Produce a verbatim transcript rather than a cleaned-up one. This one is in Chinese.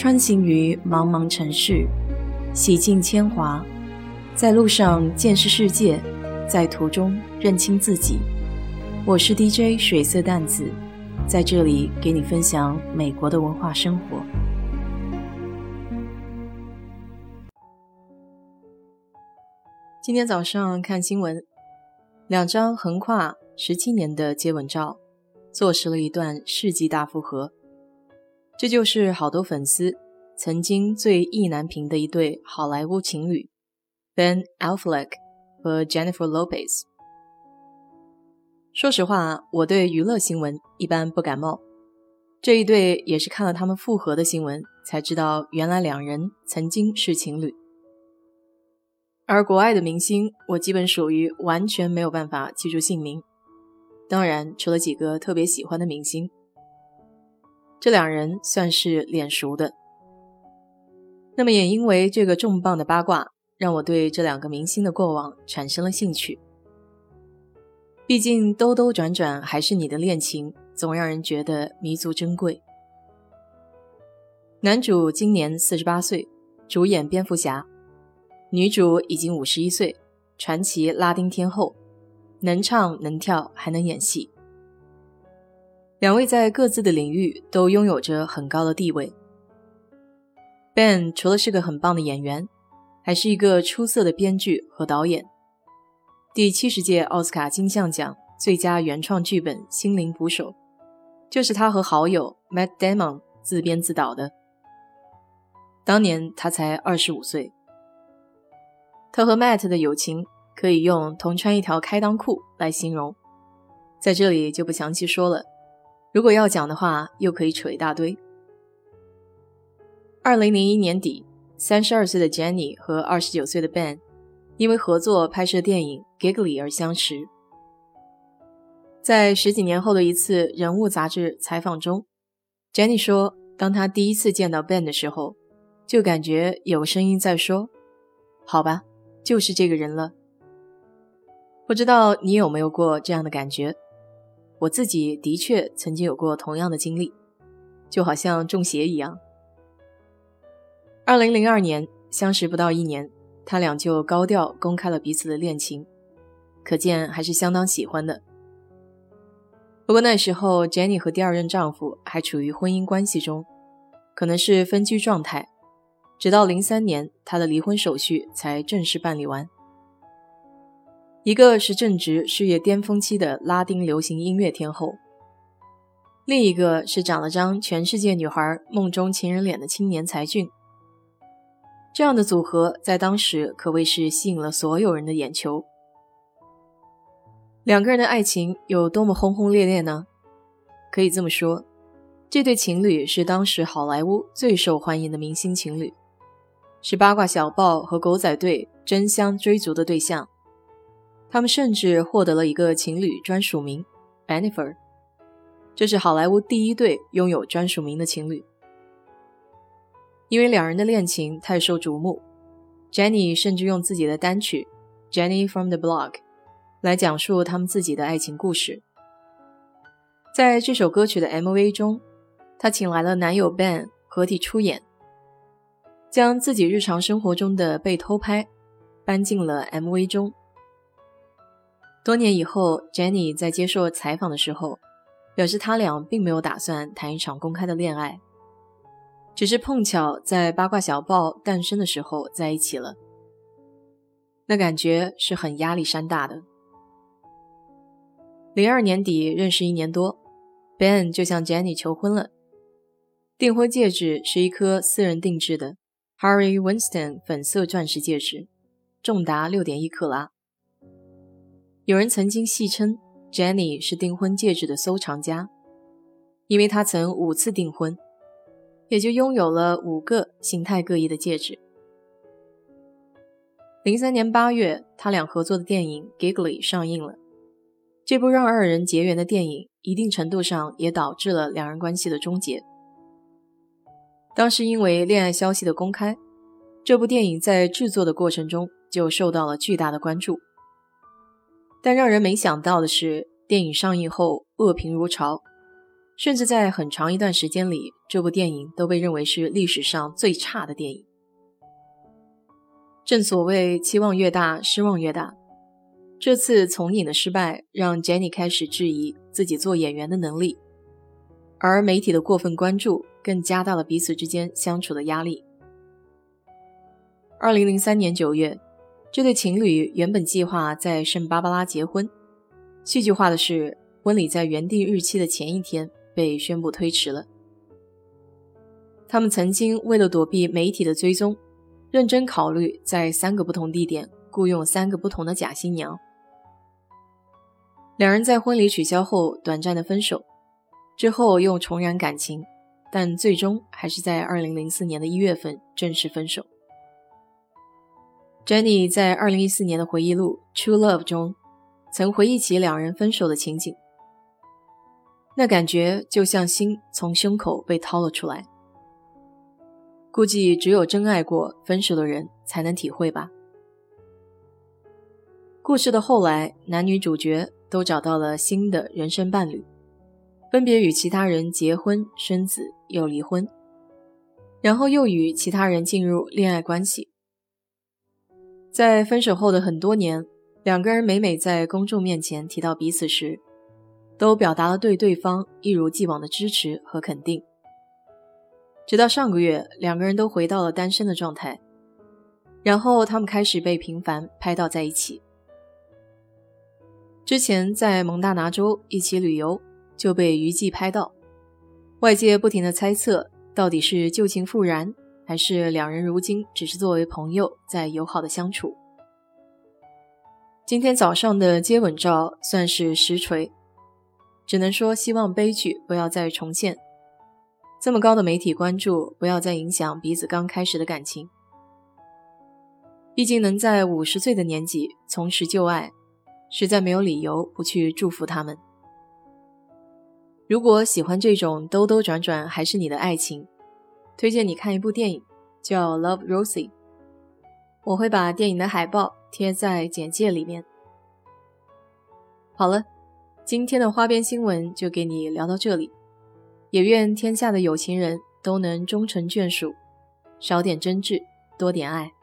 穿行于茫茫城市，洗尽铅华，在路上见识世界，在途中认清自己。我是 D J 水色淡子，在这里给你分享美国的文化生活。今天早上看新闻，两张横跨十七年的接吻照，坐实了一段世纪大复合。这就是好多粉丝曾经最意难平的一对好莱坞情侣 Ben Affleck 和 Jennifer Lopez。 说实话，我对娱乐新闻一般不感冒，这一对也是看了他们复合的新闻才知道原来两人曾经是情侣。而国外的明星，我基本属于完全没有办法记住姓名，当然除了几个特别喜欢的明星，这两人算是脸熟的。那么也因为这个重磅的八卦，让我对这两个明星的过往产生了兴趣。毕竟兜兜转转还是你的恋情，总让人觉得弥足珍贵。男主今年四十八岁，主演蝙蝠侠；女主已经五十一岁，传奇拉丁天后，能唱能跳还能演戏。两位在各自的领域都拥有着很高的地位。 Ben 除了是个很棒的演员，还是一个出色的编剧和导演。第七十届奥斯卡金像奖最佳原创剧本《心灵捕手》就是他和好友 Matt Damon 自编自导的。当年他才二十五岁。他和 Matt 的友情可以用同穿一条开裆裤来形容，在这里就不详细说了，如果要讲的话又可以扯一大堆。二零零一年底，三十二岁的 Jenny 和二十九岁的 Ben 因为合作拍摄电影 Giggly 而相识。在十几年后的一次人物杂志采访中， Jenny 说，当她第一次见到 Ben 的时候，就感觉有声音在说，好吧，就是这个人了。不知道你有没有过这样的感觉？我自己的确曾经有过同样的经历，就好像中邪一样。二零零二年，相识不到一年，他俩就高调公开了彼此的恋情，可见还是相当喜欢的。不过那时候 Jenny 和第二任丈夫还处于婚姻关系中，可能是分居状态，直到零三年她的离婚手续才正式办理完。一个是正值事业巅峰期的拉丁流行音乐天后，另一个是长了张全世界女孩梦中情人脸的青年才俊。这样的组合在当时可谓是吸引了所有人的眼球。两个人的爱情有多么轰轰烈烈呢？可以这么说，这对情侣是当时好莱坞最受欢迎的明星情侣，是八卦小报和狗仔队争相追逐的对象。他们甚至获得了一个情侣专属名 Bennifer， 这是好莱坞第一对拥有专属名的情侣。因为两人的恋情太受瞩目， Jenny 甚至用自己的单曲 Jenny from the Block 来讲述他们自己的爱情故事。在这首歌曲的 M V 中，她请来了男友 Ben 合体出演，将自己日常生活中的被偷拍搬进了 M V 中。多年以后， Jenny 在接受采访的时候表示，他俩并没有打算谈一场公开的恋爱，只是碰巧在八卦小报诞生的时候在一起了。那感觉是很压力山大的。零二年底认识一年多， Ben 就向 Jenny 求婚了。订婚戒指是一颗私人定制的 Harry Winston 粉色钻石戒指，重达 六点一克拉。有人曾经戏称 Jenny 是订婚戒指的收藏家，因为她曾五次订婚，也就拥有了五个形态各异的戒指。零三年八月，他俩合作的电影 Giggly 上映了。这部让二人结缘的电影一定程度上也导致了两人关系的终结。当时因为恋爱消息的公开，这部电影在制作的过程中就受到了巨大的关注。但让人没想到的是，电影上映后恶评如潮， 甚至在很长一段时间里，这部电影都被认为是历史上最差的电影。正所谓期望越大，失望越大。这次从影的失败让 Jenny 开始质疑自己做演员的能力，而媒体的过分关注更加大了彼此之间相处的压力。二零零三年九月，这对情侣原本计划在圣巴巴拉结婚，戏剧化的是，婚礼在原定日期的前一天被宣布推迟了。他们曾经为了躲避媒体的追踪，认真考虑在三个不同地点雇佣三个不同的假新娘。两人在婚礼取消后短暂的分手，之后又重燃感情，但最终还是在二零零四年的一月份正式分手。Jenny 在二零一四年的回忆录 True Love 中曾回忆起两人分手的情景，那感觉就像心从胸口被掏了出来。估计只有真爱过分手的人才能体会吧。故事的后来，男女主角都找到了新的人生伴侣，分别与其他人结婚生子又离婚，然后又与其他人进入恋爱关系。在分手后的很多年，两个人每每在公众面前提到彼此时，都表达了对对方一如既往的支持和肯定。直到上个月，两个人都回到了单身的状态，然后他们开始被频繁拍到在一起。之前在蒙大拿州一起旅游就被余悸拍到，外界不停地猜测到底是旧情复燃，还是两人如今只是作为朋友在友好的相处。今天早上的接吻照算是实锤，只能说希望悲剧不要再重现，这么高的媒体关注不要再影响彼此刚开始的感情。毕竟能在五十岁的年纪重拾旧爱，实在没有理由不去祝福他们。如果喜欢这种兜兜转转还是你的爱情，推荐你看一部电影叫 Love Rosie， 我会把电影的海报贴在简介里面。好了，今天的花边新闻就给你聊到这里，也愿天下的有情人都能终成眷属，少点真挚，多点爱。